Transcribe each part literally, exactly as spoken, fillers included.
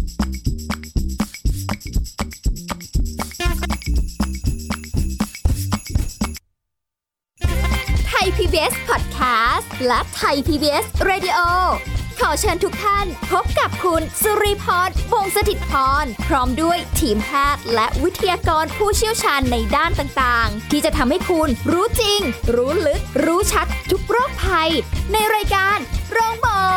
ไทย พี บี เอส Podcast และ Thai พี บี เอส Radio ขอเชิญทุกท่านพบกับคุณสุริพร วงศ์สถิตพรพร้อมด้วยทีมแพทย์และวิทยากรผู้เชี่ยวชาญในด้านต่างๆที่จะทำให้คุณรู้จริงรู้ลึกรู้ชัดทุกโรคภัยในรายการโรงหมอ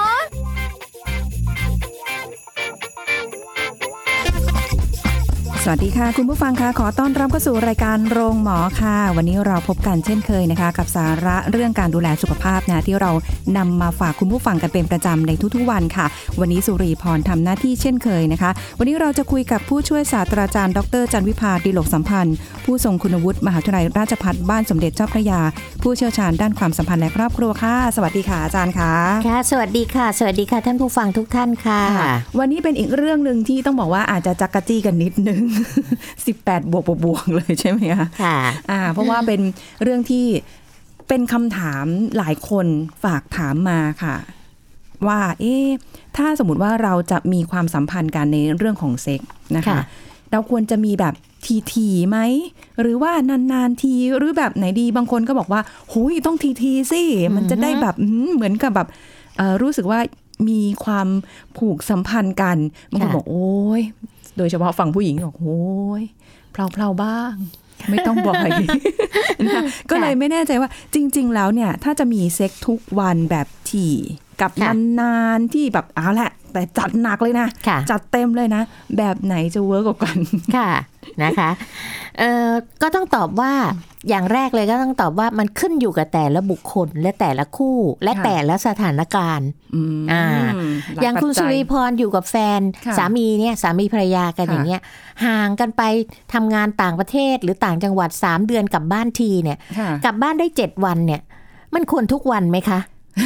สวัสดีค่ะคุณผู้ฟังค่ะขอต้อนรับเข้าสู่รายการโรงหมอค่ะวันนี้เราพบกันเช่นเคยนะคะกับสาระเรื่องการดูแลสุขภาพนะที่เรานำมาฝากคุณผู้ฟังกันเป็นประจำในทุกๆวันค่ะวันนี้สุรีพรทำหน้าที่เช่นเคยนะคะวันนี้เราจะคุยกับผู้ช่วยศาสตราจารย์ดรจันวิภาดิโลกสัมพันธ์ผู้ทรงคุณวุฒิมหาวิทยาลัยราชภัฏบ้านสมเด็จเจ้าพระยาผู้เชี่ยวชาญด้านความสัมพันธ์และครอบครัวค่ะสวัสดีค่ะอาจารย์ค่ะค่ะสวัสดีค่ะสวัสดีค่ะท่านผู้ฟังทุกท่านค่ะวันนี้เป็นอีกเรื่องนึงที่ต้องบอกว่าอาจจะจักกะจี้กันนิดนึงสิบแปดบวกบวกเลยใช่ไหมคะค่ะอ่าเพราะว่าเป็นเรื่องที่เป็นคำถามหลายคนฝากถามมาค่ะว่าเอ๊ะถ้าสมมติว่าเราจะมีความสัมพันธ์กันในเรื่องของเซ็กส์นะคะเราควรจะมีแบบทีๆไหมหรือว่านานๆทีหรือแบบไหนดีบางคนก็บอกว่าหุยต้องทีๆสิมันจะได้แบบเหมือนกับแบบรู้สึกว่ามีความผูกสัมพันธ์กันบางคนบอกโอ้ยโดยเฉพาะฝั่งผู้หญิงบอกโอ้ยเพลาๆบ้างไม่ต้องบ่อยนะก็เลยไม่แน่ใจว่าจริงๆแล้วเนี่ยถ้าจะมีเซ็กทุกวันแบบถี่กับนานๆที่แบบเอาแหละแต่จัดหนักเลยนะจัดเต็มเลยนะแบบไหนจะเวิร์กกว่ากันค่ะนะคะเอ่อก็ต้องตอบว่าอย่างแรกเลยก็ต้องตอบว่ามันขึ้นอยู่กับแต่ละบุคคลและแต่ละคู่และแต่ละสถานการณ์อ่าอย่างคุณสุริพรอยู่กับแฟนสามีเนี่ยสามีภรรยากันอย่างเงี้ยห่างกันไปทำงานต่างประเทศหรือต่างจังหวัดสามเดือนกลับบ้านทีเนี่ยกลับบ้านได้เจ็ดวันเนี่ยมันควรทุกวันไหมคะ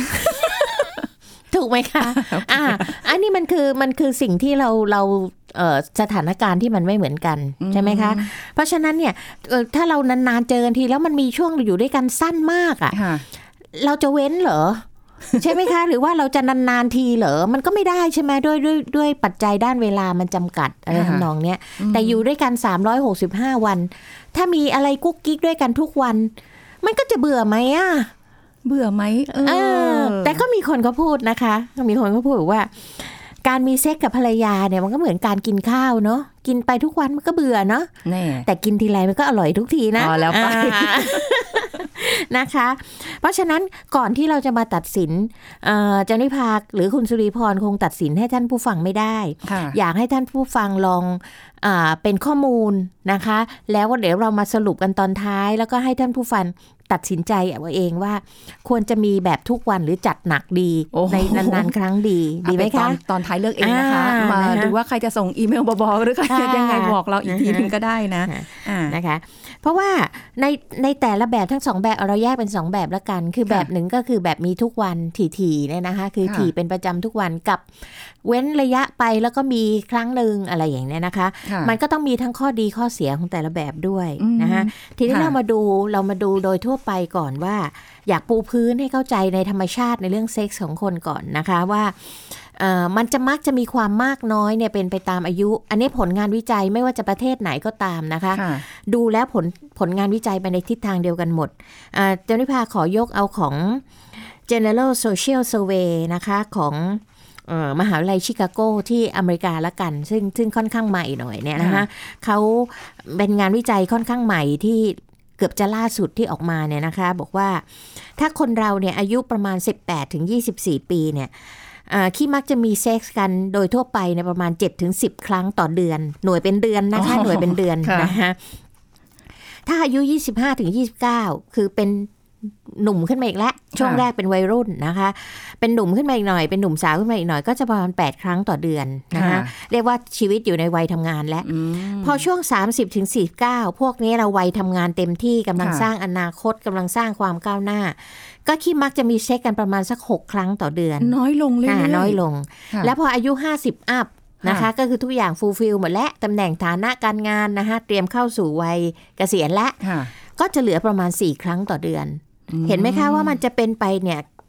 ถูกไหมคะอ่าอันนี้มันคือมันคือสิ่งที่เราเราเอ่อสถานการณ์ที่มันไม่เหมือนกันใช่ไหมคะเพราะฉะนั้นเนี่ยเอ่อถ้าเรานานๆเจอกันทีแล้วมันมีช่วงอยู่ด้วยกันสั้นมากอ่ะเราจะเว้นเหรอใช่ไหมคะหรือว่าเราจะนานๆทีเหรอมันก็ไม่ได้ใช่ไหมด้วยด้วยด้วยปัจจัยด้านเวลามันจำกัดอะไรทำนองเนี้ยแต่อยู่ด้วยกันสามร้อยหกสิบห้าวันถ้ามีอะไรกุ๊กกิ๊กด้วยกันทุกวันมันก็จะเบื่อไหมอ่ะเบื่อไหมเออแต่ก็มีคนก็พูดนะคะมีคนก็พูดว่าการมีเซ็กกับภรรยาเนี่ยมันก็เหมือนการกินข้าวเนาะกินไปทุกวันมันก็เบื่อเนาะแต่กินทีไรมันก็อร่อยทุกทีนะอ๋อแล้วไปนะคะเพราะฉะนั้นก่อนที่เราจะมาตัดสินจันวิภาหรือคุณสุริพรคงตัดสินให้ท่านผู้ฟังไม่ได้อยากให้ท่านผู้ฟังลองเป็นข้อมูลนะคะแล้วเดี๋ยวเรามาสรุปกันตอนท้ายแล้วก็ให้ท่านผู้ฟังตัดสินใจเอาเองว่าควรจะมีแบบทุกวันหรือจัดหนักดีในนานๆครั้งดีดีไหมคะตอนท้ายเลือกเองนะคะมาดูว่าใครจะส่งอีเมลบอกหรือใครจะยังไงบอกเราอีกทีนึงก็ได้นะนะคะเพราะว่าในในแต่ละแบบทั้งสองแบบเราแยกเป็นสองแบบละกันคือแบบหนึ่งก็คือแบบมีทุกวันถี่ๆเนี่ยนะคะคือถี่เป็นประจำทุกวันกับเว้นระยะไปแล้วก็มีครั้งนึงอะไรอย่างเนี้ยนะคะมันก็ต้องมีทั้งข้อดีข้อเสียของแต่ละแบบด้วยนะคะทีนี้เรามาดูเรามาดูโดยทั่วไปก่อนว่าอยากปูพื้นให้เข้าใจในธรรมชาติในเรื่องเซ็กส์ของคนก่อนนะคะว่ามันจะมักจะมีความมากน้อยเนี่ยเป็นไปตามอายุอันนี้ผลงานวิจัยไม่ว่าจะประเทศไหนก็ตามนะคะดูแล้วผลผลงานวิจัยไปในทิศทางเดียวกันหมดเจ้านิพาขอยกเอาของ General Social Survey นะคะของมหาวิทยาลัยชิคาโกที่อเมริกาละกันซึ่งซึ่งค่อนข้างใหม่หน่อยเนี่ยนะคะเขาเป็นงานวิจัยค่อนข้างใหม่ที่เกือบจะล่าสุดที่ออกมาเนี่ยนะคะบอกว่าถ้าคนเราเนี่ยอายุประมาณ สิบแปดถึงยี่สิบสี่ ปีเนี่ยที่มักจะมีเซ็กส์กันโดยทั่วไปในประมาณ เจ็ดถึงสิบ ครั้งต่อเดือนหน่วยเป็นเดือนนะคะหน่วยเป็นเดือนนะคะถ้าอายุ ยี่สิบห้าถึงยี่สิบเก้า คือเป็นหนุ่มขึ้นมาอีกแล้วช่วงแรกเป็นวัยรุ่นนะคะเป็นหนุ่มขึ้นมาอีกหน่อยเป็นหนุ่มสาวขึ้นมาอีกหน่อยก็จะประมาณแปดครั้งต่อเดือนนะคะเรียกว่าชีวิตอยู่ในวัยทำงานแล้วพอช่วง สามสิบถึงสี่สิบเก้า พวกนี้เราวัยทำงานเต็มที่กำลังสร้างอนาคตกำลังสร้างความก้าวหน้าก็คิดมักจะมีเซ็กกันประมาณสักหกครั้งต่อเดือนน้อยลงเรื่อยๆน้อยลงแล้วพออายุห้าสิบอัพนะคะก็คือทุกอย่างฟูลฟิลหมดแล้วตำแหน่งฐานะการงานนะคะเตรียมเข้าสู่วัยเกษียณแล้วก็จะเหลือประมาณสี่ครั้งต่อเดือนเห็นไหมคะว่ามันจะเป็นไปเนี่ย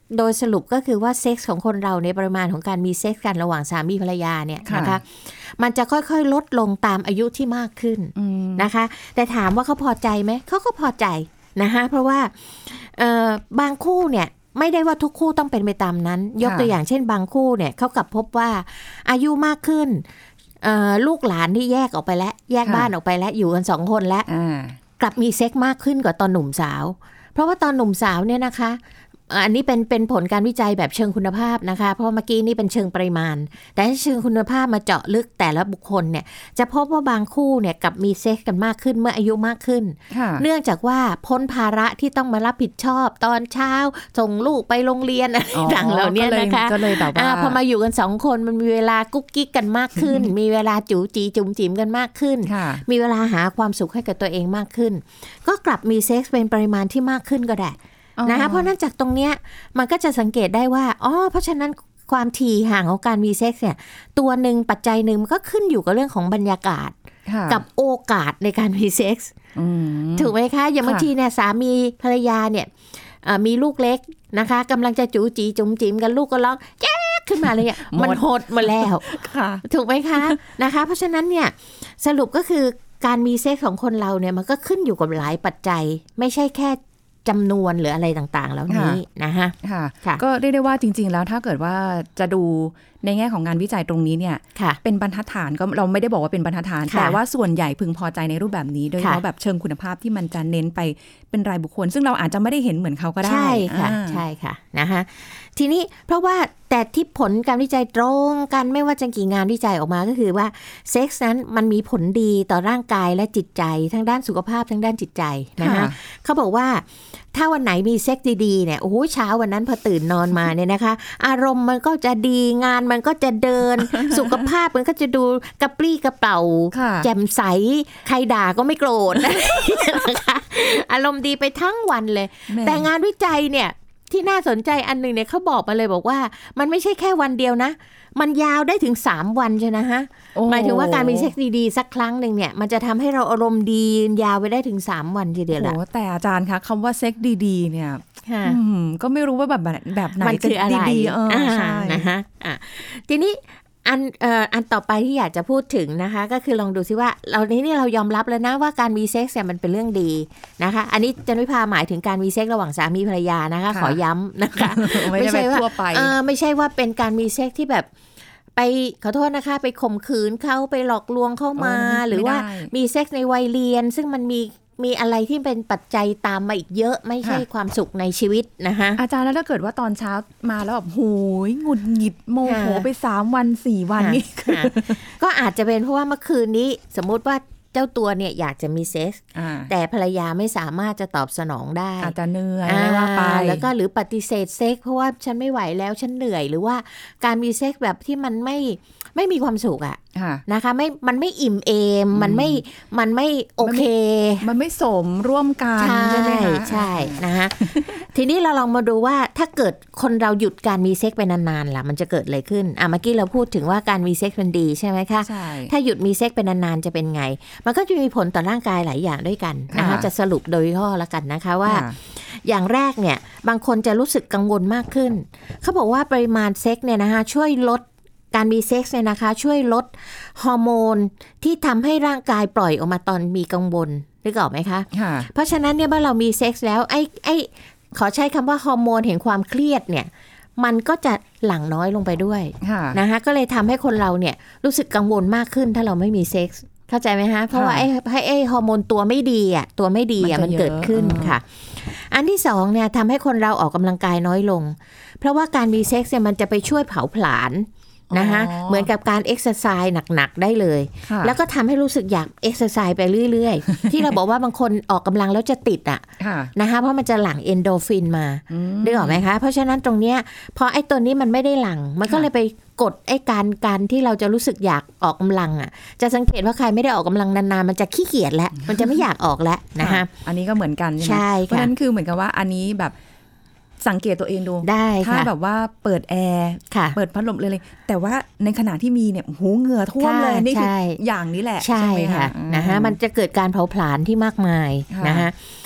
โดยสรุปก็คือว่าเซ็กส์ของคนเราในปริมาณของการมีเซ็กส์กันระหว่างสามีภรรยาเนี่ยนะคะมันจะค่อยๆลดลงตามอายุที่มากขึ้นนะคะแต่ถามว่าเขาพอใจไหมเขาก็พอใจนะคะเพราะว่าเอ่อบางคู่เนี่ยไม่ได้ว่าทุกคู่ต้องเป็นไปตามนั้นยกตัวอย่างเช่นบางคู่เนี่ยเขากลับพบว่าอายุมากขึ้นลูกหลานที่แยกออกไปแล้วแยกบ้านออกไปแล้วอยู่กันสองคนแล้วกลับมีเซ็กมากขึ้นกว่าตอนหนุ่มสาวเพราะว่าตอนหนุ่มสาวเนี่ยนะคะอันนี้เป็นเป็นผลการวิจัยแบบเชิงคุณภาพนะคะเพราะเมื่อกี้นี่เป็นเชิงปริมาณแต่เชิงคุณภาพมาเจาะลึกแต่ละบุคคลเนี่ยจะพบว่าบางคู่เนี่ยกลับมีเซ็กกันมากขึ้นเมื่ออายุมากขึ้นเนื่องจากว่าพ้นภาระที่ต้องมารับผิดชอบตอนเช้าส่งลูกไปโรงเรียนอะไรต่างเหล่านี้นะคะก็เลยแบบว่าพอมาอยู่กันสองคนมันมีเวลากุ๊กกิ๊กกันมากขึ้น มีเวลาจู๋จีจุ๋มจิ๋มกันมากขึ้นมีเวลาหาความสุขให้กับตัวเองมากขึ้นก็กลับมีเซ็กส์เป็นปริมาณที่มากขึ้นก็ได้นะคะเพราะนั้นจากตรงเนี้ยมันก็จะสังเกตได้ว่าอ๋อเพราะฉะนั้นความถี่ห่างของการมีเซ็กส์เนี่ยตัวหนึ่งปัจจัยหนึ่งมันก็ขึ้นอยู่กับเรื่องของบรรยากาศกับโอกาสในการมีเซ็กส์ถูกไหมคะอย่างบางทีเนี่ยสามีภรรยาเนี่ยมีลูกเล็กนะคะกำลังจะจู๋จีจุ๋มจิ๋มกันลูกก็ร้องแจ๊กขึ้นมาเลยเนี่ยมันหดมาแล้วถูกไหมคะนะคะเพราะฉะนั้นเนี่ยสรุปก็คือการมีเซ็กส์ของคนเราเนี่ยมันก็ขึ้นอยู่กับหลายปัจจัยไม่ใช่แค่จำนวนหรืออะไรต่างๆแล้วนี้นะคะค่ะก็เรียกได้ว่าจริงๆแล้วถ้าเกิดว่าจะดูในแง่ของงานวิจัยตรงนี้เนี่ยเป็นบรรทัดฐานก็เราไม่ได้บอกว่าเป็นบรรทัดฐานแต่ว่าส่วนใหญ่พึงพอใจในรูปแบบนี้โดยเฉพาะแบบเชิงคุณภาพที่มันจะเน้นไปเป็นรายบุคคลซึ่งเราอาจจะไม่ได้เห็นเหมือนเขาก็ได้ใช่ค่ะใช่ค่ะนะคะทีนี้เพราะว่าแต่ที่ผลการวิจัยตรงกันไม่ว่าจะกี่งานวิจัยออกมาก็คือว่าเซ็กส์นั้นมันมีผลดีต่อร่างกายและจิตใจทั้งด้านสุขภาพทั้งด้านจิตใจนะคะเขาบอกว่าถ้าวันไหนมีเซ็กดีๆเนี่ยโอ้โหเช้าวันนั้นพอตื่นนอนมาเนี่ยนะคะอารมณ์มันก็จะดีงานมันก็จะเดิน สุขภาพมันก็จะดูกระปรี้กระเป๋าแจ่มใสใครด่าก็ไม่โกรธนะคะอารมณ์ดีไปทั้งวันเลยแต่งานวิจัยเนี่ยที่น่าสนใจอันหนึ่งเนี่ยเขาบอกมาเลยบอกว่ามันไม่ใช่แค่วันเดียวนะมันยาวได้ถึงสามวันใช่นะฮะหมายถึงว่าการมีเซ็กซ์ดีๆสักครั้งหนึ่งเนี่ยมันจะทำให้เราอารมณ์ดียาวไปได้ถึงสามวันทีเดียวแหละแต่อาจารย์คะคำว่าเซ็กซ์ดีๆเนี่ยก็ไม่รู้ว่าแบบแบบไหนมันคืออะไรเออใช่นะคะอ่ะทีนี้อันเอ่ออันต่อไปที่อยากจะพูดถึงนะคะก็คือลองดูซิว่าเรานี้นี่เรายอมรับแล้วนะว่าการมีเซ็กซ์เนี่ยมันเป็นเรื่องดีนะคะอันนี้จันวิภาหมายถึงการมีเซ็กซ์ระหว่างสามีภรรยานะคะขอย้ำนะคะไม่ใช่ว่าทั่วไปเออไม่ใช่ว่าเป็นการมีเซ็กซ์ที่แบบไปขอโทษนะคะไปข่มขืนเขาไปหลอกลวงเข้ามาหรือว่ามีเซ็กซ์ในวัยเรียนซึ่งมันมีมีอะไรที่เป็นปัจจัยตามมาอีกเยอะไม่ใช่ความสุขในชีวิตนะคะอาจารย์แล้วถ้าเกิดว่าตอนเช้ามาแล้วแบบโหยหงุดหงิดโมโหไปสามวันสี่วันนี่ก็อาจจะเป็นเพราะว่าเมื่อคืนนี้สมมุติว่าเจ้าตัวเนี่ยอยากจะมีเซ็กส์แต่ภรรยาไม่สามารถจะตอบสนองได้อาจจะเหนื่อยไม่ว่าไปแล้วก็หรือปฏิเสธเซ็กส์เพราะว่าฉันไม่ไหวแล้วฉันเหนื่อยหรือว่าการมีเซ็กส์แบบที่มันไม่ไม่มีความสุขอะนะคะไม่มันไม่อิ่มเอมมันไม่มันไม่โอเคมันไม่สมร่วมกันใช่ไหมคะใช่นะคะทีนี้เราลองมาดูว่าถ้าเกิดคนเราหยุดการมีเซ็กส์ไปนานๆล่ะมันจะเกิดอะไรขึ้นอ่ะเมื่อกี้เราพูดถึงว่าการมีเซ็กส์มันดีใช่ไหมคะถ้าหยุดมีเซ็กส์ไปนานๆจะเป็นไงมันก็จะมีผลต่อร่างกายหลายอย่างด้วยกันนะคะจะสรุปโดยย่อแล้วกันนะคะว่าอย่างแรกเนี่ยบางคนจะรู้สึกกังวลมากขึ้นเขาบอกว่าปริมาณเซ็กส์เนี่ยนะคะช่วยลดการมีเซ็กส์เนี่ยนะคะช่วยลดฮอร์โมนที่ทำให้ร่างกายปล่อยออกมาตอนมีกังวลนึกออกไหมคะเพราะฉะนั้นเนี่ยเมื่อเรามีเซ็กส์แล้วไอ้ไอ้ขอใช้คำว่าฮอร์โมนแห่งความเครียดเนี่ยมันก็จะหลั่งน้อยลงไปด้วยนะคะก็เลยทำให้คนเราเนี่ยรู้สึกกังวลมากขึ้นถ้าเราไม่มีเซ็กส์เข้าใจไหมคะเพราะว่าไอ้ไอ้ฮอร์โมนตัวไม่ดีอ่ะตัวไม่ดีอ่ะมันเกิดขึ้นค่ะอันที่สองเนี่ยทำให้คนเราออกกำลังกายน้อยลงเพราะว่าการมีเซ็กส์เนี่ยมันจะไปช่วยเผาผลาญนะคะเหมือนกับการเอ็กซ์ไซส์หนักๆได้เลยแล้วก็ทำให้รู้สึกอยากเอ็กซ์ไซส์ไปเรื่อยๆ ที่เราบอกว่าบางคนออกกำลังแล้วจะติดอ่ะนะคะเพราะมันจะหลั่งเอนโดฟินมาได้หรอไหมคะเพราะฉะนั้นตรงเนี้ยพอไอ้ตัวนี้มันไม่ได้หลั่งมันก็เลยไปกดไอ้การการที่เราจะรู้สึกอยากออกกำลังอ่ะจะสังเกตว่าใครไม่ได้ออกกำลังนานๆมันจะขี้เกียจแล้วมันจะไม่อยากออกแล้วนะคะอันนี้ก็เหมือนกันใช่ไหมเพราะฉะนั้นคือเหมือนกับว่าอันนี้แบบสังเกตตัวเองดูได้ถ้าแบบว่าเปิดแอร์เปิดพัดลมเลยแต่ว่าในขณะที่มีเนี่ยหูเหงื่อท่วมเลยนี่คืออย่างนี้แหละใช่ค่ะนะคะมันจะเกิดการเผาผลาญที่มากมายนะคะ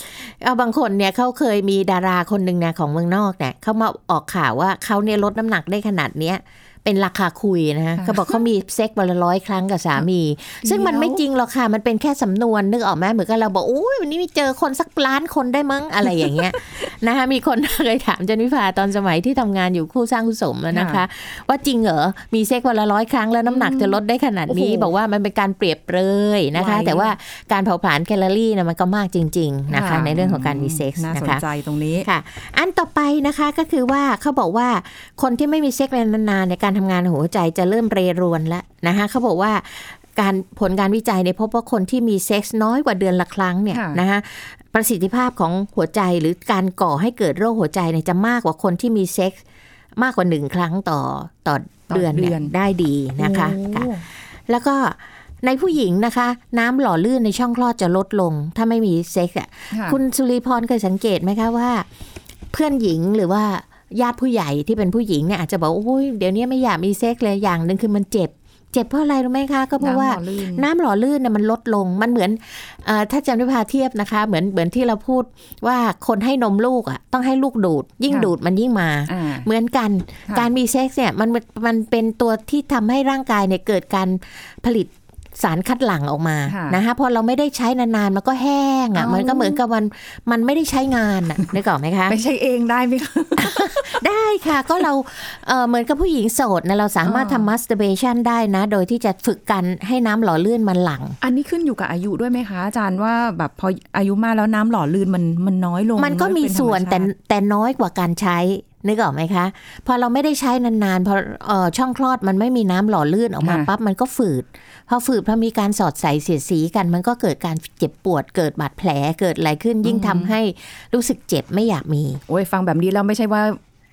เอาบางคนเนี่ยเขาเคยมีดาราคนหนึ่งนะของเมืองนอกเนี่ยเขามาออกข่าวว่าเขาเนี่ยลดน้ำหนักได้ขนาดเนี้ยเป็นราคาคุยนะเขาบอกเขามีเซ็กวันละร้อยครั้งกับสามีซึ่งมันไม่จริงหรอกค่ะมันเป็นแค่สำนวนนึกออกไหมเหมือนกับเราบอกอุ้ยวันนี้มีเจอคนสักล้านคนได้มั้งอะไรอย่างเงี้ยนะคะมีคนเคยถามจันวิภาตอนสมัยที่ทำงานอยู่คู่สร้างคู่สมนะคะว่าจริงเหรอมีเซ็กวันละร้อยครั้งแล้วน้ำหนักจะลดได้ขนาดนี้บอกว่ามันเป็นการเปรียบเปรยนะคะแต่ว่าการเผาผลาญแคลอรี่นะมันก็มากจริงๆนะคะในเรื่องของการมีเซ็กส์นะคะน่าสนใจตรงนี้ค่ะอันต่อไปนะคะก็คือว่าเขาบอกว่าคนที่ไม่มีเซ็กส์นานๆในการทำงานหัวใจจะเริ่มเรรวนแล้วนะคะเขาบอกว่าการผลการวิจัยเนี่ยพบว่าคนที่มีเซ็กส์น้อยกว่าเดือนละครั้งเนี่ยนะคะประสิทธิภาพของหัวใจหรือการก่อให้เกิดโรคหัวใจเนี่ยจะมากกว่าคนที่มีเซ็กส์มากกว่าหนึ่งครั้งต่อต่อเดือนเนี่ยได้ดีนะคะค่ะแล้วก็ในผู้หญิงนะคะน้ำหล่อลื่นในช่องคลอดจะลดลงถ้าไม่มีเซ็กส์อ่ะคุณสุริพรเคยสังเกตไหมคะว่าเพื่อนหญิงหรือว่าญาติผู้ใหญ่ที่เป็นผู้หญิงเนี่ยอาจจะบอกโอ้ยเดี๋ยวนี้ไม่อยากมีเซ็กเลยอย่างนึงคือมันเจ็บเจ็บเพราะอะไรรู้ไหมคะก็เพราะว่าน้ำหล่อลื่นเนี่ยมันลดลงมันเหมือนเอ่อถ้าจำได้พาเทียบนะคะเหมือนเหมือนที่เราพูดว่าคนให้นมลูกอ่ะต้องให้ลูกดูดยิ่งดูดมันยิ่งมาเหมือนกันการมีเซ็กส์เนี่ยมันมันเป็นตัวที่ทำให้ร่างกายเนี่ยเกิดการผลิตสารคัดหลั่งออกมานะคะพอเราไม่ได้ใช้นานๆมันก็แห้งอ่ะมันก็เหมือนกับมันมันไม่ได้ใช้งานอ่ะนึกออกไหมคะไม่ใช่เองได้ไหมคะได้ค่ะก็เราเอ่อเหมือนกับผู้หญิงโสดนะเราสามารถทำ masturbation ได้นะโดยที่จะฝึกกันให้น้ำหล่อลื่นมันหลั่งอันนี้ขึ้นอยู่กับอายุด้วยไหมคะอาจารย์ว่าแบบพออายุมากแล้วน้ำหล่อลื่นมันมันน้อยลงมันก็มีส่วนแต่แต่น้อยกว่าการใช้นึกออกไหมคะพอเราไม่ได้ใช้นานๆพอเอ่อช่องคลอดมันไม่มีน้ำหล่อลื่นออกมาปั๊บมันก็ฝืดพอฝืดพอมีการสอดใส่เสียดสีกันมันก็เกิดการเจ็บปวดเกิดบาดแผลเกิดอะไรขึ้นยิ่งทำให้รู้สึกเจ็บไม่อยากมีโอ้ยฟังแบบนี้แล้วไม่ใช่ว่า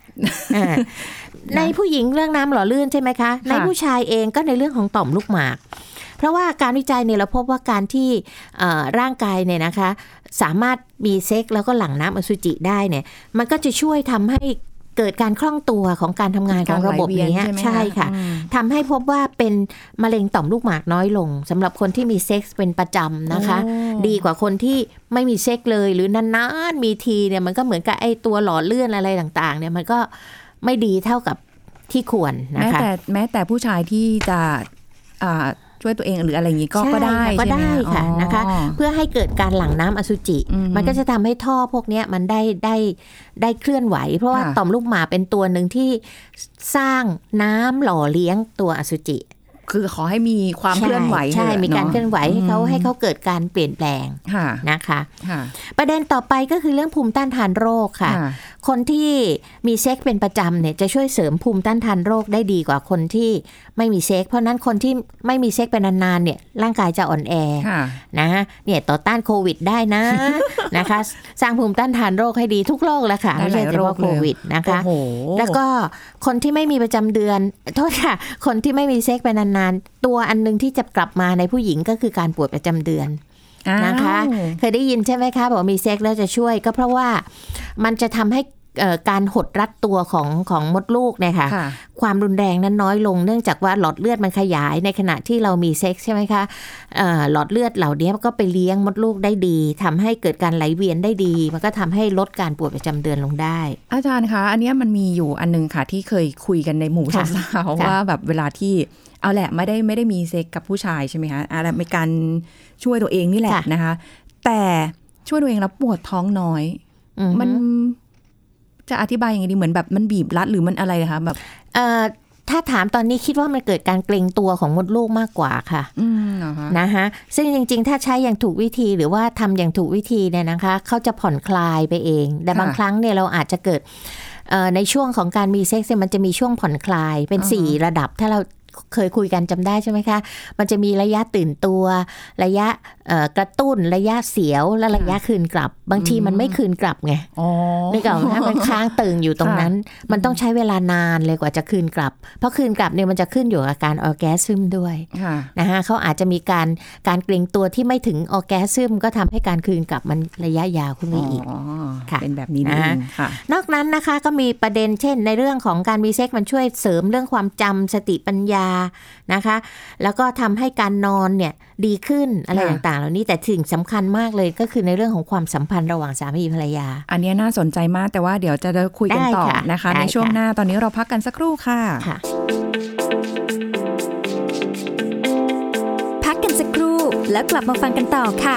ในผู้หญิงเรื่องน้ำหล่อลื่นใช่ไหมคะในผู้ชายเองก็ในเรื่องของต่อมลูกหมากเพราะว่าการวิจัยเนี่ยเราพบว่าการที่ร่างกายเนี่ยนะคะสามารถมีเซ็กแล้วก็หลั่งน้ำอสุจิได้เนี่ยมันก็จะช่วยทำให้เกิดการคล่องตัวของการทำงานของระบบนี้ใช่ค่ะทำให้พบว่าเป็นมะเร็งต่อมลูกหมากน้อยลงสำหรับคนที่มีเซ็กส์เป็นประจำนะคะดีกว่าคนที่ไม่มีเซ็กส์เลยหรือนานๆมีทีเนี่ยมันก็เหมือนกับไอ้ตัวหล่อเลื่อนอะไรต่างๆเนี่ยมันก็ไม่ดีเท่ากับที่ควรนะคะแม้แต่แม้แต่ผู้ชายที่จะช่วยตัวเองหรืออะไรอย่างนี้ก็ได้ก็ได้ค่ะนะคะเพื่อให้เกิดการหลั่งน้ำอสุจิมันก็จะทำให้ท่อพวกนี้มันได้ได้ได้เคลื่อนไหวเพราะว่าต่อมลูกหมากเป็นตัวหนึ่งที่สร้างน้ำหล่อเลี้ยงตัวอสุจิคือขอให้มีความเคลื่อนไหวใช่มีการเคลื่อนไหวให้เขาให้เขาเกิดการเปลี่ยนแปลงนะคะประเด็นต่อไปก็คือเรื่องภูมิต้านทานโรคค่ะคนที่มีเซ็กเป็นประจำเนี่ยจะช่วยเสริมภูมิต้านทานโรคได้ดีกว่าคนที่ไม่มีเซ็กเพราะนั้นคนที่ไม่มีเซ็กเป็นนานๆเนี่ยร่างกายจะอ่อนแอนะเนี่ยต่อต้านโควิดได้นะนะคะสร้างภูมิต้านทานโรคให้ดีทุกโรคแล้วค่ะไม่ใช่เฉพาะโควิดนะคะแล้วก็คนที่ไม่มีประจำเดือนโทษค่ะคนที่ไม่มีเซ็กเป็นนานๆตัวอันนึงที่จะกลับมาในผู้หญิงก็คือการปวดประจำเดือนนะคะเคยได้ยินใช่ไหมคะบอกมีเซ็กแล้วจะช่วยก็เพราะว่ามันจะทำให้การหดรัดตัวของของมดลูกเนี่ยค่ะความรุนแรงนั้นน้อยลงเนื่องจากว่าหลอดเลือดมันขยายในขณะที่เรามีเซ็กใช่ไหมคะหลอดเลือดเหล่านี้ก็ไปเลี้ยงมดลูกได้ดีทำให้เกิดการไหลเวียนได้ดีมันก็ทำให้ลดการปวดประจำเดือนลงได้อาจารย์คะอันนี้มันมีอยู่อันนึงค่ะที่เคยคุยกันในหมู่สาวๆว่าแบบเวลาที่เอาแหละไม่ได้ไม่ได้มีเซ็กกับผู้ชายใช่ไหมคะอะไรเป็นการช่วยตัวเองนี่แหละนะคะแต่ช่วยตัวเองแล้วปวดท้องน้อยมันจะอธิบายยังไงดีเหมือนแบบมันบีบรัดหรือมันอะไรคะแบบเอ่อถ้าถามตอนนี้คิดว่ามันเกิดการเกร็งตัวของมดลูกมากกว่าค่ะนะคะซึ่งจริงๆถ้าใช้อย่างถูกวิธีหรือว่าทำอย่างถูกวิธีเนี่ยนะคะเขาจะผ่อนคลายไปเองแต่บางครั้งเนี่ยเราอาจจะเกิดในช่วงของการมีเซ็กซ์มันจะมีช่วงผ่อนคลายเป็นสี่ระดับถ้าเราเคยคุยกันจำได้ใช่ไหมคะมันจะมีระยะตื่นตัวระยะกระตุ้นระยะเสียวและระยะคืนกลับบางทีมันไม่คืนกลับไงนึกออกไหมมันค้างตึงอยู่ตรงนั้นมันต้องใช้เวลานานเลยกว่าจะคืนกลับเพราะคืนกลับเนี่ยมันจะขึ้นอยู่กับการออร์แกซึมด้วยนะคะเขาอาจจะมีการการเกร็งตัวที่ไม่ถึงออร์แกซึมก็ทำให้การคืนกลับมันระยะยาวขึ้นไปอีกเป็นแบบนี้นะนอกนั้นนะคะก็มีประเด็นเช่นในเรื่องของการมีเซ็กมันช่วยเสริมเรื่องความจำสติปัญญาานะคะแล้วก็ทำให้การนอนเนี่ยดีขึ้นอะไรต่างๆเหล่านี้แต่สิ่งสำคัญมากเลยก็คือในเรื่องของความสัมพันธ์ระหว่างสามีภรรยาอันนี้น่าสนใจมากแต่ว่าเดี๋ยวจะได้คุยกันต่อนะคะในช่วงหน้าตอนนี้เราพักกันสักครู่ค่ะพักกันสักครู่แล้วกลับมาฟังกันต่อค่ะ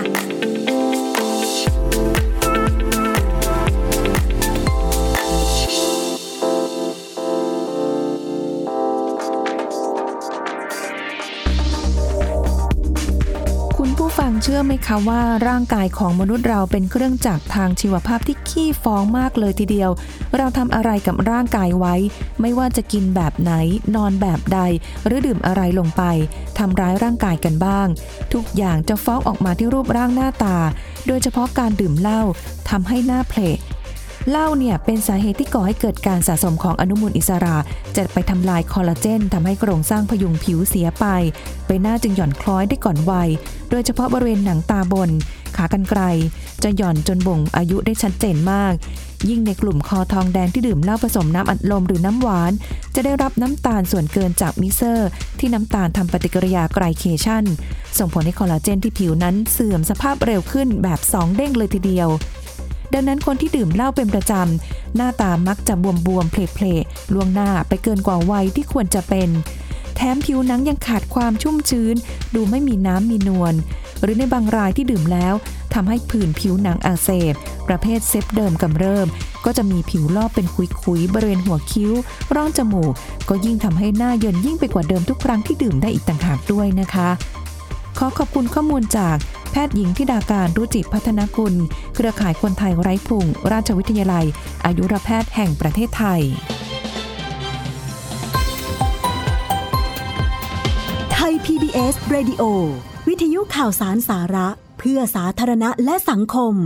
ฟังเชื่อไหมคะว่าร่างกายของมนุษย์เราเป็นเครื่องจักรทางชีวภาพที่ขี้ฟ้องมากเลยทีเดียวเราทำอะไรกับร่างกายไว้ไม่ว่าจะกินแบบไหนนอนแบบใดหรือดื่มอะไรลงไปทำร้ายร่างกายกันบ้างทุกอย่างจะฟ้องออกมาที่รูปร่างหน้าตาโดยเฉพาะการดื่มเหล้าทำให้หน้าเพลทเหล้าเนี่ยเป็นสาเหตุที่ก่อให้เกิดการสะสมของอนุมูลอิสระจะไปทำลายคอลลาเจนทำให้โครงสร้างพยุงผิวเสียไปใบหน้าจึงหย่อนคล้อยได้ก่อนวัยโดยเฉพาะบริเวณหนังตาบนขากรรไกรจะหย่อนจนบ่งอายุได้ชัดเจนมากยิ่งในกลุ่มคอทองแดงที่ดื่มเหล้าผสมน้ำอัดลมหรือน้ำหวานจะได้รับน้ำตาลส่วนเกินจากมิเซอร์ที่น้ำตาลทำปฏิกิริยาไกลเคชันส่งผลให้คอลลาเจนที่ผิวนั้นเสื่อมสภาพเร็วขึ้นแบบสองเด้งเลยทีเดียวดังนั้นคนที่ดื่มเหล้าเป็นประจำหน้าตามักจะบวมๆเพลๆล่วงหน้าไปเกินกว่าวัยที่ควรจะเป็นแถมผิวหนังยังขาดความชุ่มชื้นดูไม่มีน้ำมีนวลหรือในบางรายที่ดื่มแล้วทำให้ผื่นผิวหนังอักเสบประเภทเซฟเดิมกำเริบก็จะมีผิวลอกเป็นขุยๆบริเวณหัวคิ้วร่องจมูกก็ยิ่งทำให้หน้าเยินยิ่งไปกว่าเดิมทุกครั้งที่ดื่มได้อีกต่างหากด้วยนะคะขอขอบคุณข้อมูลจากแพทย์หญิงธิดาการรุจิพัฒนกุลเครือข่ายคนไทยไร้พุงราชวิทยาลัยอายุรแพทย์แห่งประเทศไทยไทย พี บี เอส Radio วิทยุข่าวสารสาระเพื่อสาธารณะและสังคม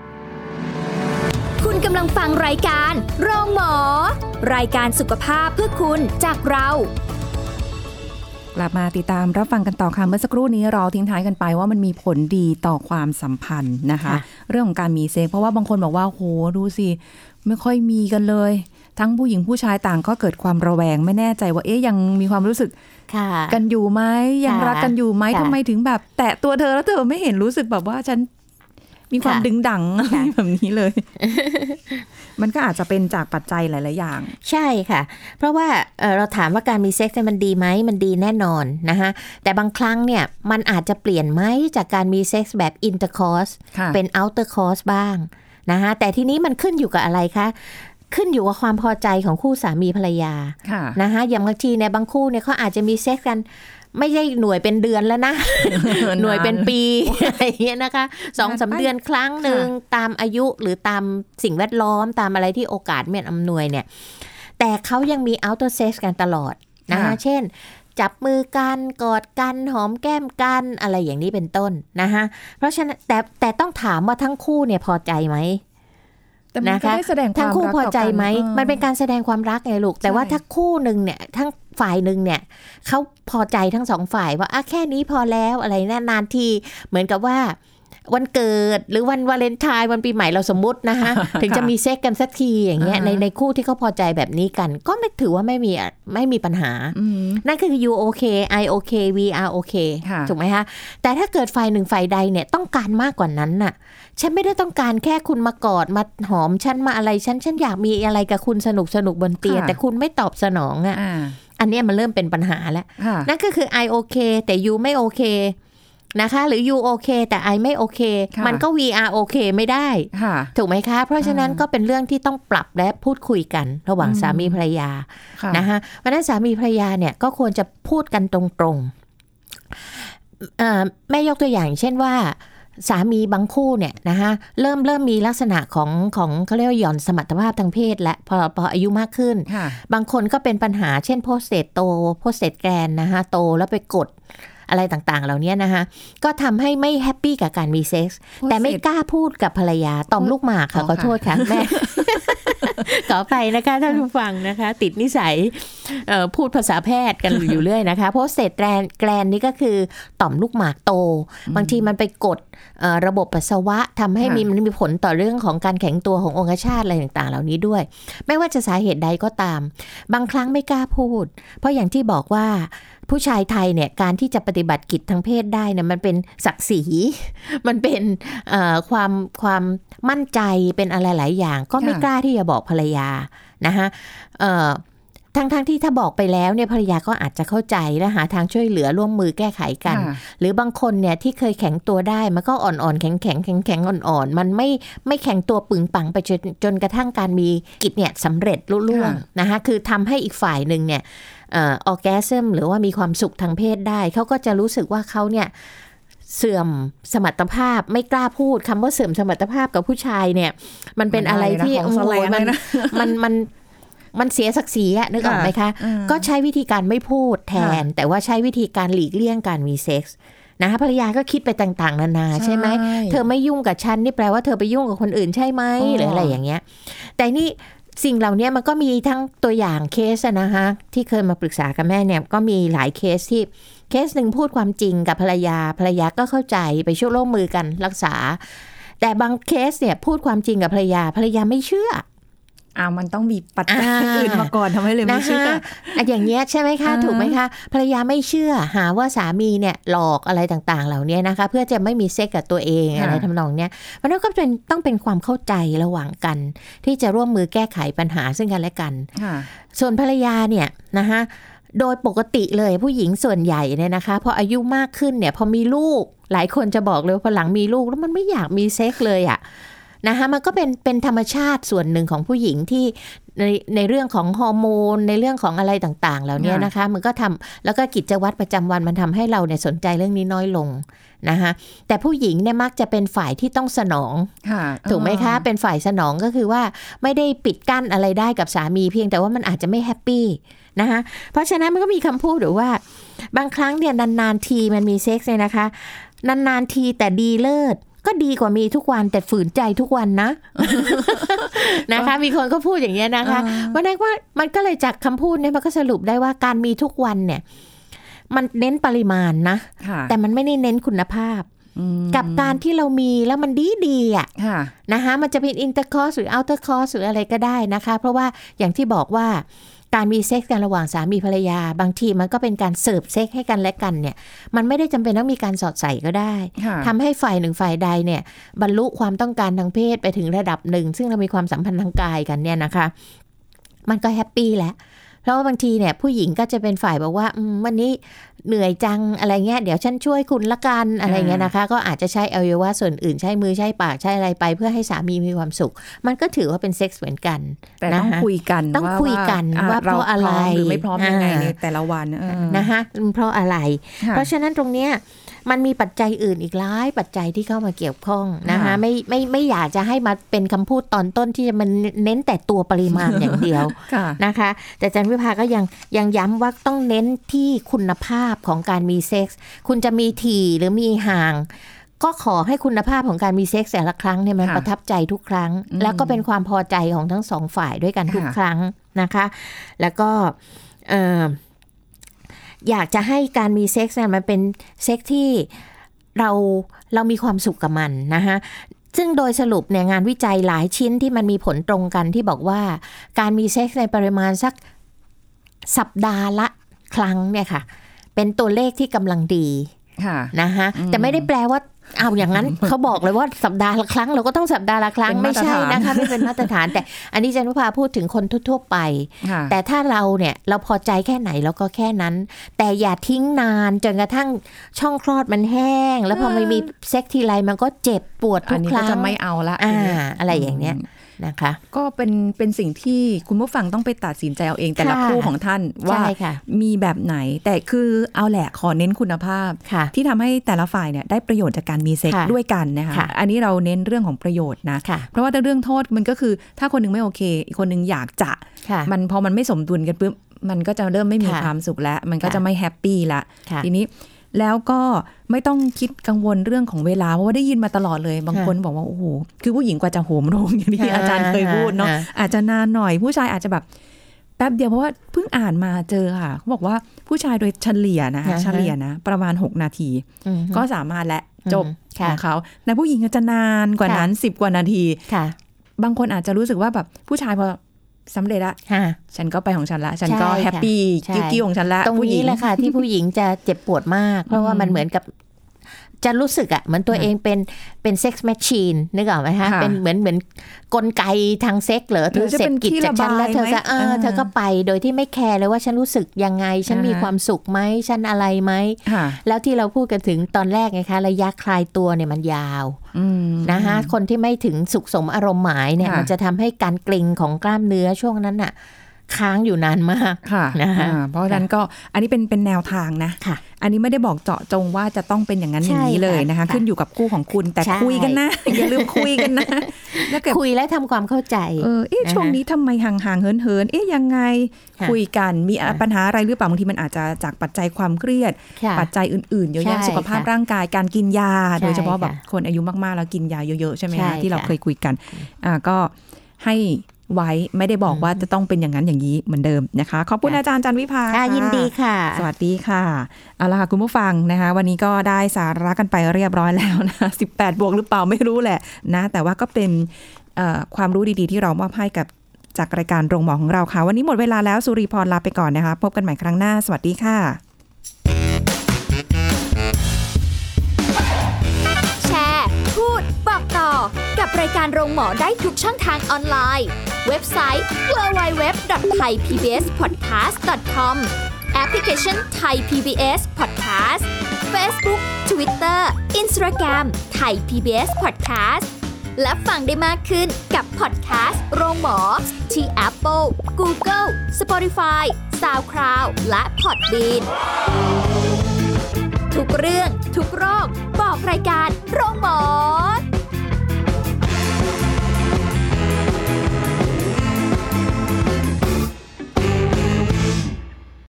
คุณกำลังฟังรายการโรงหมอรายการสุขภาพเพื่อคุณจากเรากลับมาติดตามรับฟังกันต่อค่ะเมื่อสักครู่นี้เราทิ้งท้ายกันไปว่ามันมีผลดีต่อความสัมพันธ์นะคะเรื่องของการมีเซ็กเพราะว่าบางคนบอกว่าโหดูสิไม่ค่อยมีกันเลยทั้งผู้หญิงผู้ชายต่างก็เกิดความระแวงไม่แน่ใจว่าเอ๊ยยังมีความรู้สึกกันอยู่ไหมยังรักกันอยู่ไหมทำไมถึงแบบแตะตัวเธอแล้วเธอไม่เห็นรู้สึกแบบว่าฉันมีความดึงดังอะไรแบบนี้เลยมันก็อาจจะเป็นจากปัจจัยหลายๆอย่างใช่ค่ะเพราะว่า เอ่อ เราถามว่าการมีเซ็กซ์มันดีไหมมันดีแน่นอนนะคะแต่บางครั้งเนี่ยมันอาจจะเปลี่ยนไหมจากการมีเซ็กซ์แบบอินเตอร์คอร์สเป็นเอาท์เตอร์คอร์สบ้างนะคะแต่ทีนี้มันขึ้นอยู่กับอะไรคะขึ้นอยู่กับความพอใจของคู่สามีภรรยานะคะอย่างบางทีในบางคู่เนี่ยเขาอาจจะมีเซ็กซ์กันไม่ใช่หน่วยเป็นเดือนแล้วนะ หน่วยเป็นปีอะไรอย่างเงี้ยนะคะสองสามเดือนครั้งหนึ่งตามอายุหรือตามสิ่งแวดล้อมตามอะไรที่โอกาสไม่อำนวยเนี่ยแต่เขายังมี outer sex กันตลอดนะคะเช่นจับมือกันกอดกันหอมแก้มกันอะไรอย่างนี้เป็นต้นนะคะเพราะฉะนั้นแต่แต่ต้องถามว่าทั้งคู่เนี่ยพอใจไหมนะคะทั้งคู่พอใจไหมมันเป็นการแสดงความรักไงลูกแต่ว่าถ้าคู่หนึ่งเนี่ยทั้งฝ่ายหนึ่งเนี่ยเขาพอใจทั้งสองฝ่ายว่าอ่ะแค่นี้พอแล้วอะไรนะนานทีเหมือนกับว่าวันเกิดหรือวันวาเลนไทน์วันปีใหม่เราสมมุตินะคะถึงจะมีเซ็กกันสักทีอย่างเงี้ยในในคู่ที่เขาพอใจแบบนี้กันก็ไม่ถือว่าไม่มีไม่มีปัญหานั่นคือ you okay I okay we are okay ถูกไหมคะแต่ถ้าเกิดฝ่ายหนึ่งฝ่ายใดเนี่ยต้องการมากกว่านั้นน่ะฉันไม่ได้ต้องการแค่คุณมากอดมาหอมฉันมาอะไรฉันฉันอยากมีอะไรกับคุณสนุกสนุกบนเตียงแต่คุณไม่ตอบสนองอ่ะอันนี้มันเริ่มเป็นปัญหาแล้วนั่นก็คือ I okay แต่ you ไม่โอเคนะคะหรือ you okay แต่ I ไม่โอเคมันก็ we are okay ไม่ได้ถูกไหมคะเพราะฉะนั้นก็เป็นเรื่องที่ต้องปรับและพูดคุยกันระหว่างสามีภรรยานะคะเพราะฉะนั้นสามีภรรยาเนี่ยก็ควรจะพูดกันตรงๆแม่ยกตัวอย่างเช่นว่าสามีบางคู่เนี่ยนะคะเริ่มเริ่มมีลักษณะของของเขาเรียกว่าหย่อนสมรรถภาพทางเพศและพอพออายุมากขึ้นบางคนก็เป็นปัญหาเช่นโพสเตตโตโพสเตตแกรนนะคะโตแล้วไปกดอะไรต่างๆเหล่านี้นะคะก็ทำให้ไม่แฮปปี้กับการมีเซ็กส์แต่ไม่กล้าพูดกับภรรยาต่อมลูกหมากค่ะขอโทษค่ะแม่ขอไปนะคะท่านผู้ฟังนะคะติดนิสัยพูดภาษาแพทย์กันอยู่เรื่อยนะคะโพสเตตแกรนนี่ก็คือต่อมลูกหมากโตบางทีมันไปกดระบบปัสสาวะทำให้มีมันมีผลต่อเรื่องของการแข็งตัวขององคชาตอะไรต่างๆเหล่านี้ด้วยไม่ว่าจะสาเหตุใดก็ตามบางครั้งไม่กล้าพูดเพราะอย่างที่บอกว่าผู้ชายไทยเนี่ยการที่จะปฏิบัติกิจทางเพศได้เนี่ยมันเป็นศักดิ์ศรีมันเป็นเอ่อความความมั่นใจเป็นอะไรหลายอย่างก็ไม่กล้าที่จะบอกภรรยานะคะเอ่อทั้งๆ ท, ที่ถ้าบอกไปแล้วเนี่ยภรรยาก็อาจจะเข้าใจและหาทางช่วยเหลือร่วมมือแก้ไขกันหรือบางคนเนี่ยที่เคยแข็งตัวได้มันก็อ่อนๆแข็งๆแข็งๆอ่อนๆมันไม่ไม่แข็งตัวปึงปังไปจนจนกระทั่งการมีกิจเนี่ยสำเร็จลุล่วงนะคะคือทำให้อีกฝ่ายหนึ่งเนี่ยเอ่อออร์แกซึมหรือว่ามีความสุขทางเพศได้เขาก็จะรู้สึกว่าเขาเนี่ยเสื่อมสมรรถภาพไม่กล้าพูดคำว่าเสื่อมสมรรถภาพกับผู้ชายเนี่ยมันเป็นอะไรที่โอ้โหมันมันมันมันเสียศักดิ์ศรีอะนึกออกไหมคะก็ใช้วิธีการไม่พูดแทนแต่ว่าใช้วิธีการหลีกเลี่ยงการมีเซ็กส์นะคะภรรยาก็คิดไปต่างๆนานาใช่ไหมเธอไม่ยุ่งกับฉันนี่แปลว่าเธอไปยุ่งกับคนอื่นใช่ไหมหรืออะไรอย่างเงี้ยแต่นี่สิ่งเหล่านี้มันก็มีทั้งตัวอย่างเคสนะคะที่เคยมาปรึกษากับแม่เนี่ยก็มีหลายเคสที่เคสหนึ่งพูดความจริงกับภรรยาภรรยาก็เข้าใจไปช่วยร่วมมือกันรักษาแต่บางเคสเนี่ยพูดความจริงกับภรรยาภรรยาไม่เชื่ออ่ามันต้องมีปัจจัยอื่นมาก่อนทำให้เลยไม่เชื่ออย่างเงี้ยใช่ไหมคะถูกไหมคะภรรยาไม่เชื่อหาว่าสามีเนี่ยหลอกอะไรต่างๆเหล่านี้นะคะเพื่อจะไม่มีเซ็กกับตัวเองอะไรทำนองเนี้ยมันก็เป็นต้องเป็นความเข้าใจระหว่างกันที่จะร่วมมือแก้ไขปัญหาซึ่งกันและกันส่วนภรรยาเนี่ยนะคะโดยปกติเลยผู้หญิงส่วนใหญ่เนี่ยนะคะพออายุมากขึ้นเนี่ยพอมีลูกหลายคนจะบอกเลยพอหลังมีลูกแล้วมันไม่อยากมีเซ็กเลยอ่ะนะคะมันก็เป็นเป็นธรรมชาติส่วนหนึ่งของผู้หญิงที่ในในเรื่องของฮอร์โมนในเรื่องของอะไรต่างๆเหล่านี้นะคะมันก็ทำแล้วก็กิจวัตรประจำวันมันทำให้เราเนี่ยสนใจเรื่องนี้น้อยลงนะคะแต่ผู้หญิงเนี่ยมักจะเป็นฝ่ายที่ต้องสนองถูกไหมคะเป็นฝ่ายสนองก็คือว่าไม่ได้ปิดกั้นอะไรได้กับสามีเพียงแต่ว่ามันอาจจะไม่แฮปปี้นะคะเพราะฉะนั้นมันก็มีคำพูดหรือว่าบางครั้งเนี่ยนานๆทีมันมีเซ็กซ์เนี่ยนะคะนานๆทีแต่ดีเลิศก็ดีกว่ามีทุกวันแต่ฝืนใจทุกวันนะ นะคะมีคนก็พูดอย่างนี้นะคะวันนั้นว่ามันก็เลยจากคำพูดเนี่ยมันก็สรุปได้ว่าการมีทุกวันเนี่ยมันเน้นปริมาณนะแต่มันไม่ได้เน้นคุณภาพกับการที่เรามีแล้วมันดีดีอ่ะนะคะมันจะเป็นอินเตอร์คอร์สหรือเอาเตอร์คอร์สหรืออะไรก็ได้นะคะเพราะว่าอย่างที่บอกว่าการมีเซ็กส์กันระหว่างสามีภรรยาบางทีมันก็เป็นการเสิร์ฟเซ็กส์ให้กันและกันเนี่ยมันไม่ได้จำเป็นต้องมีการสอดใส่ก็ได้ทำให้ฝ่ายหนึ่งฝ่ายใดเนี่ยบรรลุความต้องการทางเพศไปถึงระดับหนึ่งซึ่งเรามีความสัมพันธ์ทางกายกันเนี่ยนะคะมันก็แฮปปี้แล้วเพราะว่าบางทีเนี่ยผู้หญิงก็จะเป็นฝ่ายบอกว่าวันนี้เหนื่อยจังอะไรเงี้ยเดี๋ยวฉันช่วยคุณละกันอะไรเงี้ยนะคะก็อาจจะใช้อวัยวะส่วนอื่นใช้มือใช้ปากใช้อะไรไปเพื่อให้สามีมีความสุขมันก็ถือว่าเป็นเซ็กส์เหมือนกันแต่ต้องคุยกันต้องคุยกันว่าเพราะอะไรหรือไม่พร้อมยังไงในแต่ละวันนะคะเพราะอะไรเพราะฉะนั้นตรงเนี้ยมันมีปัจจัยอื่นอีกหลายปัจจัยที่เข้ามาเกี่ยวข้องนะคะไม่ไม่ไม่อยากจะให้มาเป็นคำพูดตอนต้นที่มันเน้นแต่ตัวปริมาณอย่างเดียวนะคะแต่อาจารย์วิภาก็ยังยังย้ำว่าต้องเน้นที่คุณภาพของการมีเซ็กส์คุณจะมีถี่หรือมีห่างก็ขอให้คุณภาพของการมีเซ็กส์แต่ละครั้งเนี่ยมันประทับใจทุกครั้งแล้วก็เป็นความพอใจของทั้งสองฝ่ายด้วยกันทุกครั้งนะคะแล้วก็เอ่ออยากจะให้การมีเซ็กส์เนี่ยมันเป็นเซ็กส์ที่เราเรามีความสุขกับมันนะคะซึ่งโดยสรุปเนี่ยงานวิจัยหลายชิ้นที่มันมีผลตรงกันที่บอกว่าการมีเซ็กส์ในปริมาณสักสัปดาห์ละครั้งเนี่ยค่ะเป็นตัวเลขที่กำลังดีนะคะแต่ไม่ได้แปลว่าเอาอย่างนั้น เขาบอกเลยว่าสัปดาห์ละครั้งเราก็ต้องสัปดาห์ละครั้งไม่ใช่นะคะไม่เป็นมาตรฐานแต่อันนี้อาจารย์วิภาพูดถึงคนทั่วๆไปแต่ถ้าเราเนี่ยเราพอใจแค่ไหนเราก็แค่นั้นแต่อย่าทิ้งนานจนกระทั่งช่องคลอดมันแห้งแล้วพอไม่มีเซ็กทีไรมันก็เจ็บปวดทุกครั้งจะไม่เอาละอะไรอย่างเนี้ยนะคะก็เป็นเป็นสิ่งที่คุณผู้ฟังต้องไปตัดสินใจเอาเองแต่ละคู่ของท่านว่ามีแบบไหนแต่คือเอาแหละขอเน้นคุณภาพที่ทำให้แต่ละฝ่ายเนี่ยได้ประโยชน์จากการมีเซ็กซ์ด้วยกันนะคะอันนี้เราเน้นเรื่องของประโยชน์นะเพราะว่าแต่เรื่องโทษมันก็คือถ้าคนนึงไม่โอเคอีกคนนึงอยากจะมันพอมันไม่สมดุลกันปุ๊บมันก็จะเริ่มไม่มีความสุขแล้วมันก็จะไม่แฮปปี้ละทีนี้แล้วก็ไม่ต้องคิดกังวลเรื่องของเวลาเพราะว่าได้ยินมาตลอดเลยบางคนบอกว่าโอ้โหคือผู้หญิงกว่าจะโหมโรงอย่างที่อาจารย์เคยพูดเนาะอาจจะนานหน่อยผู้ชายอาจจะแบบแป๊บเดียวเพราะว่าเพิ่งอ่านมาเจอค่ะเขาบอกว่าผู้ชายโดยเฉลี่ยนะคะเฉลี่ยนะประมาณหกนาทีก็สามารถและจบของเขาแต่ผู้หญิงจะนานกว่านั้นสิบกว่านาทีบางคนอาจจะรู้สึกว่าแบบผู้ชายพอสำเร็จละค่ะฉันก็ไปของฉันละฉันก็ใช่ค่ะแฮปปี้ใช่กิ้วๆของฉันละตรงผู้หญินี้งแหละค่ะ ที่ผู้หญิงจะเจ็บปวดมาก เพราะว่ามันเหมือนกับจะรู้สึกอะเหมือนตัวเองเป็นเป็นเซ็กซ์แมชชีนนึกออกไหมคะค่ะเป็นเหมือนเหมือนกลไกทางเซ็กเหรอเธอเสร็จกิจจากฉันแล้วเธอก็เออเธอก็ไปโดยที่ไม่แคร์เลยว่าฉันรู้สึกยังไงฉันมีความสุขไหมฉันอะไรไหมค่ะแล้วที่เราพูดกันถึงตอนแรกไงคะระยะคลายตัวเนี่ยมันยาวอืมนะคะคนที่ไม่ถึงสุขสมอารมณ์หมายเนี่ยค่ะมันจะทำให้การเกร็งของกล้ามเนื้อช่วงนั้นน่ะค้างอยู่นานมากค่ะนะคะอ่าเพราะฉะนั้นก็อันนี้เป็นเป็นแนวทางนะค่ะอันนี้ไม่ได้บอกเจาะจงว่าจะต้องเป็นอย่างนั้นอย่างนี้เลยนะคะใช่ค่ะขึ้นอยู่กับคู่ของคุณแต่ใช่คุยกันนะ อย่าลืมคุยกันนะแล้วเกิดคุยและทำความเข้าใจเออเอ๊ะนะคะช่วงนี้ทำไมห่างห่างๆเหินเหินๆเอ๊ะยังไงค่ะคุยกันมีค่ะปัญหาอะไรหรือเปล่าบางทีมันอาจจะจากปัจจัยความเครียดค่ะปัจจัยอื่นๆเยอะแยะใช่สุขภาพค่ะร่างกายการกินยาใช่โดยเฉพาะแบบค่ะคนอายุมากๆแล้วกินยาเยอะๆใช่ไหมใช่คะที่เราค่ะเคยคุยกันอ่าก็ให้ไว้ไม่ได้บอกว่าจะต้องเป็นอย่างนั้นอย่างนี้เหมือนเดิมนะคะขอบคุณค่ะอาจารย์จันวิภาค่ะยินดีค่ะสวัสดีค่ะเอาละค่ะคุณผู้ฟังนะคะวันนี้ก็ได้สาระกันไปเรียบร้อยแล้วนะสิบแปดบวกหรือเปล่าไม่รู้แหละนะแต่ว่าก็เป็นเอ่อความรู้ดีๆที่เรามอบให้กับจากรายการโรงหมอของเราค่ะวันนี้หมดเวลาแล้วสุริพรลาไปก่อนนะคะพบกันใหม่ครั้งหน้าสวัสดีค่ะแชร์พูดบอกต่อกับรายการโรงหมอได้ทุกช่องทางออนไลน์เว็บไซต์ ดับเบิลยู ดับเบิลยู ดับเบิลยู ดอท ไทยพีบีเอสพอดแคสต์ ดอท คอม แอปพลิเคชัน Thai พี บี เอส Podcast Facebook Twitter Instagram Thai พี บี เอส Podcast และฟังได้มากขึ้นกับพอดแคสต์โรงหมอที่ Apple, Google, Spotify, SoundCloud และ Podbean ทุกเรื่องทุกโรคบอกรายการโรงหมอ